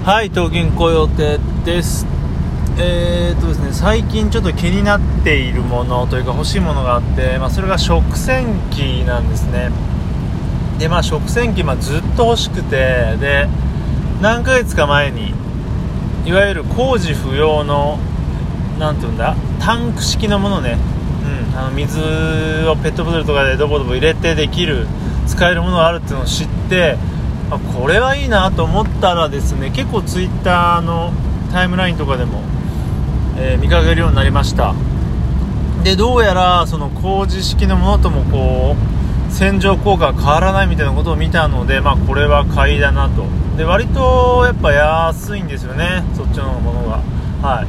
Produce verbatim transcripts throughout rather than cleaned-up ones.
はい、東銀行予定です。えーとですね、最近ちょっと気になっているものというか欲しいものがあって、まあ、それが食洗機なんですね。で、まあ食洗機、まあ、ずっと欲しくて、で何ヶ月か前にいわゆる工事不要のなんていうんだタンク式のものね、うん、あの水をペットボトルとかでどこどこ入れてできる使えるものがあるっていうのを知って、これはいいなと思ったらですね、結構ツイッターのタイムラインとかでも、えー、見かけるようになりました。で、どうやらその工事式のものともこう洗浄効果が変わらないみたいなことを見たので、まあこれは買いだなと。で、割とやっぱ安いんですよね、そっちのものが。はい。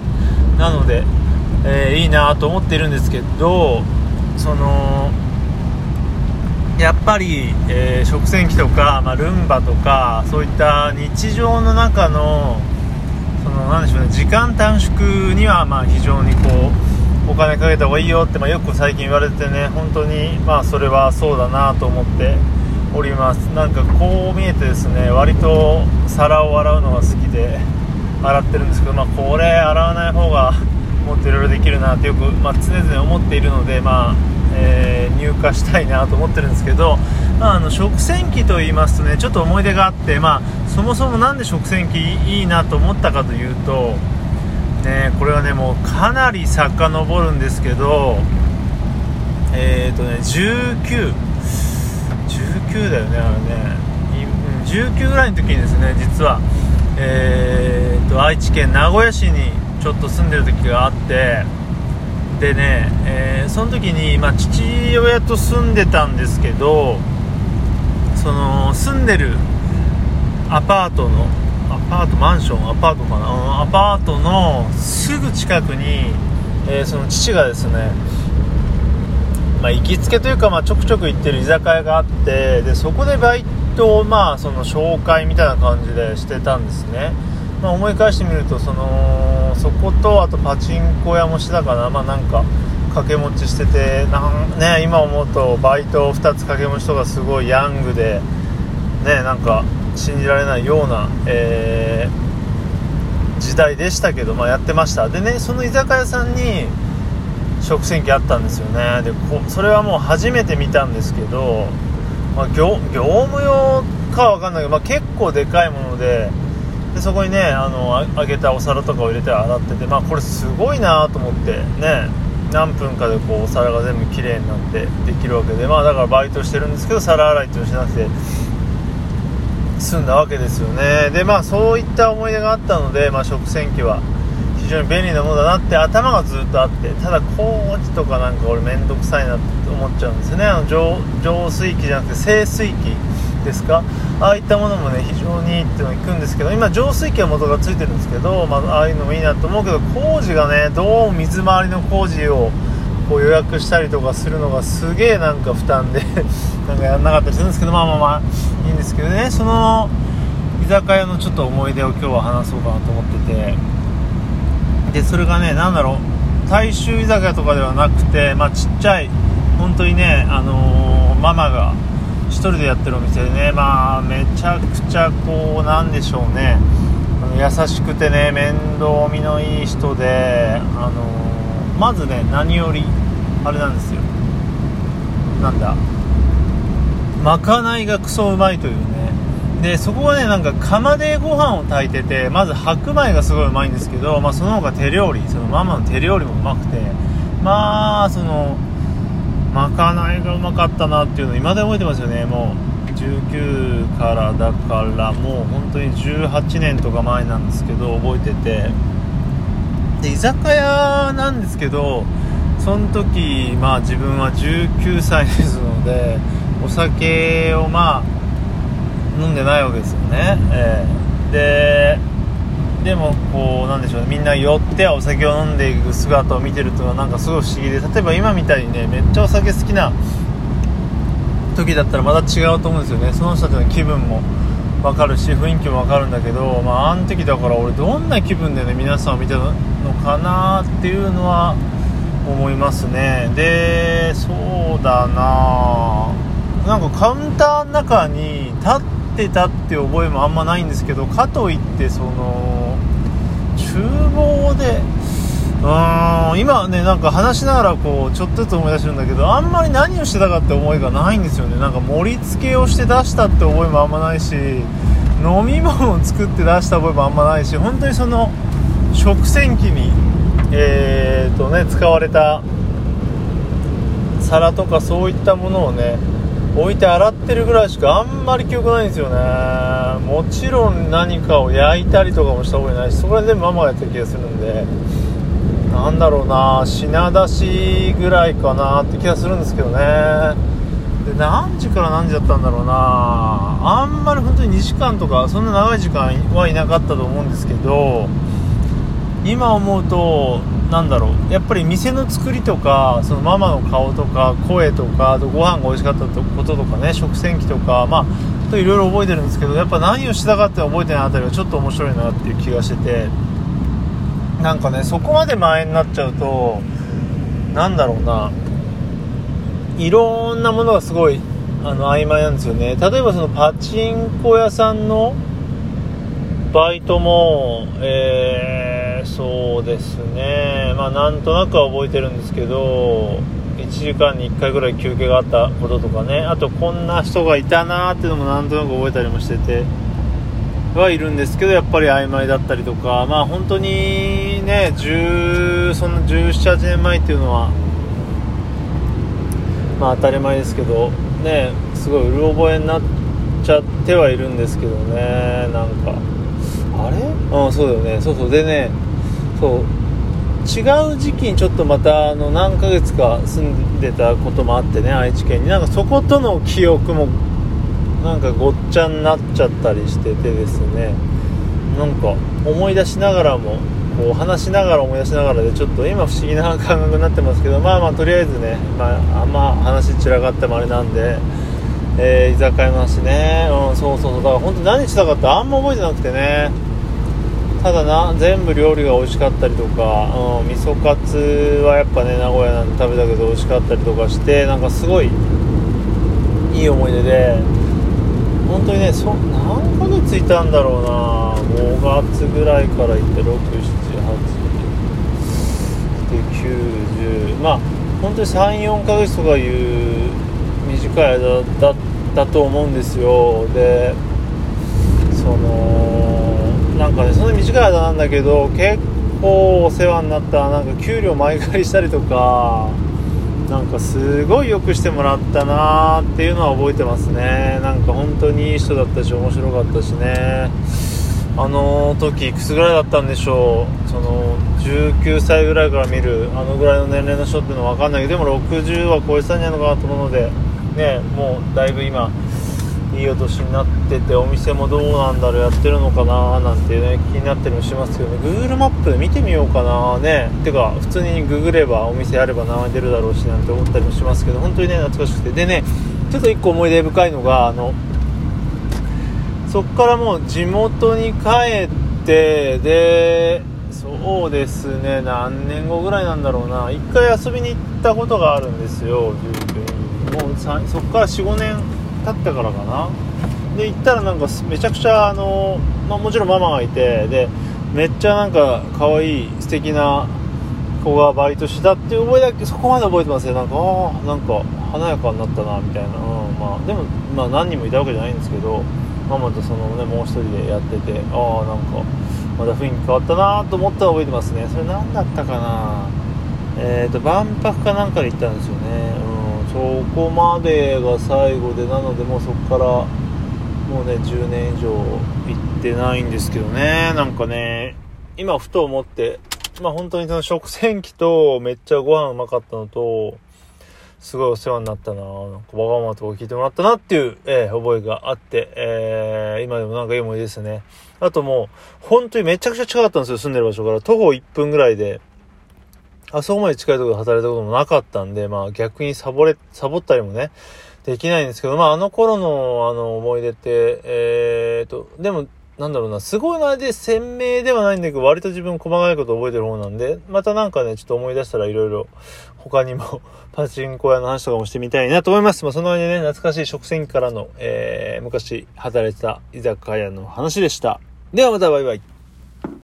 なので、えー、いいなと思っているんですけど、そのやっぱり、えー、食洗機とか、まあ、ルンバとかそういった日常の中のそのなんでしょうね、時間短縮にはまあ非常にこうお金かけた方がいいよって、まあ、よく最近言われてね、本当にまあそれはそうだなと思っております。なんかこう見えてですね、割と皿を洗うのが好きで洗ってるんですけど、まあ、これ洗わない方がもっといろいろできるなってよく、まあ、常々思っているので、まあえー、入荷したいなと思ってるんですけど、まあ、あの食洗機と言いますとね、ちょっと思い出があって、まあ、そもそもなんで食洗機いいなと思ったかというと、ね、これはねもうかなり遡るんですけど、えーとねじゅうきゅう、じゅうきゅうだよね、あれね、じゅうきゅうぐらいの時にですね、実は、えーと愛知県名古屋市にちょっと住んでる時があって、でね、えー、その時に、まあ、父親と住んでたんですけど、その住んでるアパートのアパートマンションアパートかなアパートのすぐ近くに、えー、その父がですね、まあ、行きつけというか、まあ、ちょくちょく行ってる居酒屋があって、でそこでバイトを、まあ、その紹介みたいな感じでしてたんですね。まあ、思い返してみると、そのそことあとパチンコ屋もしてたかな、まあ、なんか掛け持ちしてて、なん、ね、今思うとバイトふたつ掛け持ちとかすごいヤングで、ね、なんか信じられないような、えー、時代でしたけど、まあ、やってました。でね、その居酒屋さんに食洗機あったんですよね。でこそれはもう初めて見たんですけど、まあ、業, 業務用かは分かんないけど、まあ、結構でかいもので、でそこにね、あの揚げたお皿とかを入れて洗ってて、まあ、これすごいなと思ってね、何分かでこうお皿が全部きれいになってできるわけで、まあ、だからバイトしてるんですけど皿洗いっていうのしなくて済んだわけですよね。で、まあ、そういった思い出があったので、まあ、食洗機は非常に便利なものだなって頭がずっとあって、ただ工事とかなんか俺めんどくさいなって思っちゃうんですよね。あの 浄, 浄水器じゃなくて清水器ですか、ああいったものもね非常にいいっていうのがいくんですけど、今浄水器は元がついてるんですけど、まあ、ああいうのもいいなと思うけど、工事がね、どうも水回りの工事をこう予約したりとかするのがすげえなんか負担でなんかやんなかったりするんですけど、まあまあまあいいんですけどね。その居酒屋のちょっと思い出を今日は話そうかなと思ってて、でそれがね、なんだろう、大衆居酒屋とかではなくて、まあちっちゃい本当にね、あのー、ママが一人でやってるお店でね、まあめちゃくちゃこうなんでしょうね、あの優しくてね、面倒見のいい人で、あのー、まずね、何よりあれなんですよ、なんだ、まかないがクソうまいというね。でそこはね、なんか釜でご飯を炊いてて、まず白米がすごいうまいんですけど、まあ、その他手料理、そのママの手料理もうまくて、まあそのまかないがうまかったなっていうのを今で覚えてますよね。もうじゅうきゅうからだからもう本当にじゅうはちねんとか前なんですけど覚えてて、で居酒屋なんですけど、その時まあ自分はじゅうきゅうさいですので、お酒をまあ飲んでないわけですよね、えー、ででもこうなんでしょうね、みんな寄ってお酒を飲んでいく姿を見てるというのはなんかすごい不思議で、例えば今みたいにね、めっちゃお酒好きな時だったらまた違うと思うんですよね。その人たちの気分も分かるし雰囲気も分かるんだけど、まあ、あの時だから俺どんな気分でね皆さんを見てるのかなっていうのは思いますね。でそうだな、なんかカウンターの中に立っってたっていう覚えもあんまないんですけど、かといってその厨房でうーん今ねなんか話しながらこうちょっとずつ思い出してるんだけど、あんまり何をしてたかって思いがないんですよね。なんか盛り付けをして出したって覚えもあんまないし、飲み物を作って出した覚えもあんまないし、本当にその食洗機にえーとね使われた皿とかそういったものをね置いて洗ってるぐらいしかあんまり記憶ないんですよね。もちろん何かを焼いたりとかもした覚えないし、そこら辺全部ママがやった気がするんで、なんだろうな、品出しぐらいかなって気がするんですけどね。で何時から何時だったんだろうな、あんまり本当ににじかんとかそんな長い時間はいなかったと思うんですけど、今思うとなんだろう、やっぱり店の作りとかそのママの顔とか声とか、あとご飯が美味しかったこととかね、食洗機とかまあといろいろ覚えてるんですけど、やっぱ何をしたかって覚えてないあたりはちょっと面白いなっていう気がしてて、なんかねそこまで前になっちゃうとなんだろうな、いろんなものがすごいあの曖昧なんですよね。例えばそのパチンコ屋さんのバイトも、えー、そうですね、まあなんとなくは覚えてるんですけど、いちじかんにいっかいぐらい休憩があったこととかね、あとこんな人がいたなーっていうのもなんとなく覚えたりもしててはいるんですけど、やっぱり曖昧だったりとか、まあ本当にねじゅうそんなじゅうなな、はちねんまえっていうのはまあ当たり前ですけどね、すごいうる覚えになっちゃってはいるんですけどね。なんかあれうんそうだよね、そうそうでね、そう違う時期にちょっとまたあの何ヶ月か住んでたこともあってね、愛知県に。なんかそことの記憶もなんかごっちゃになっちゃったりしててですね、なんか思い出しながらもこう話しながら思い出しながらで、ちょっと今不思議な感覚になってますけど、まあまあとりあえずね、まあ、あんま話散らかってもあれなんで、えー、居酒屋の話ね、うん、そうそうそう、だから本当に何したかってあんま覚えてなくてね、ただな全部料理が美味しかったりとか、うん、味噌カツはやっぱね名古屋なんで食べたけど美味しかったりとかして、なんかすごいいい思い出で、本当にねそ何ヶ月いたんだろうな、ごがつぐらいから行ってろく、しち、はちできゅう、じゅう、まあ本当にさん、よんかげつとかいう短い間だったと思うんですよ。でそのなんかねそんな短い間なんだけど結構お世話になった、なんか給料前借りしたりとか、なんかすごいよくしてもらったなーっていうのは覚えてますね。なんか本当にいい人だったし面白かったしね。あの時いくつぐらいだったんでしょう、そのじゅうきゅうさいぐらいから見るあのぐらいの年齢の人っていうのは分かんないけど、でもろくじゅうは超えてたんじゃないのかなと思うのでね、もうだいぶ今いいお年になってて、お店もどうなんだろう、やってるのかななんてね気になったりもしますけどね。 Google マップで見てみようかなね、てか普通にググればお店あれば名前出るだろうしなんて思ったりもしますけど、本当にね懐かしくて、でねちょっと一個思い出深いのが、あのそっからもう地元に帰って、でそうですね何年後ぐらいなんだろうな、一回遊びに行ったことがあるんですよ、もうそっから よん、ごねん経ったからかな。で行ったらなんかめちゃくちゃあの、まあ、もちろんママがいて、でめっちゃなんか可愛い素敵な子がバイトしたっていう覚えだけ、そこまで覚えてますよ。なんかあなんか華やかになったなみたいな、うん、まあでもまあ何人もいたわけじゃないんですけど、ママとそのねもう一人でやってて、ああなんかまた雰囲気変わったなと思ったの覚えてますね。それ何だったかな、えーと万博かなんかで行ったんですよね、うん、そこまでが最後で、なのでもうそこからもうねじゅうねん以上行ってないんですけどね。なんかね今ふと思って、まあ本当にその食洗機とめっちゃご飯うまかったのと、すごいお世話になったな、なんかわがままとか聞いてもらったなっていう、えー、覚えがあって、えー、今でもなんかいい思い出ですね。あともう本当にめちゃくちゃ近かったんですよ、住んでる場所から徒歩いっぷんぐらいで。あそこまで近いところで働いたこともなかったんで、まあ逆にサボれサボったりもねできないんですけど、まああの頃のあの思い出って、えーとでもなんだろうな、すごいのあれで鮮明ではないんだけど、割と自分細かいこと覚えてる方なんで、またなんかね、ちょっと思い出したらいろいろ他にもパチンコ屋の話とかもしてみたいなと思います。まあその間にね、懐かしい食洗機からの、えー、昔働いてた居酒屋の話でした。ではまたバイバイ。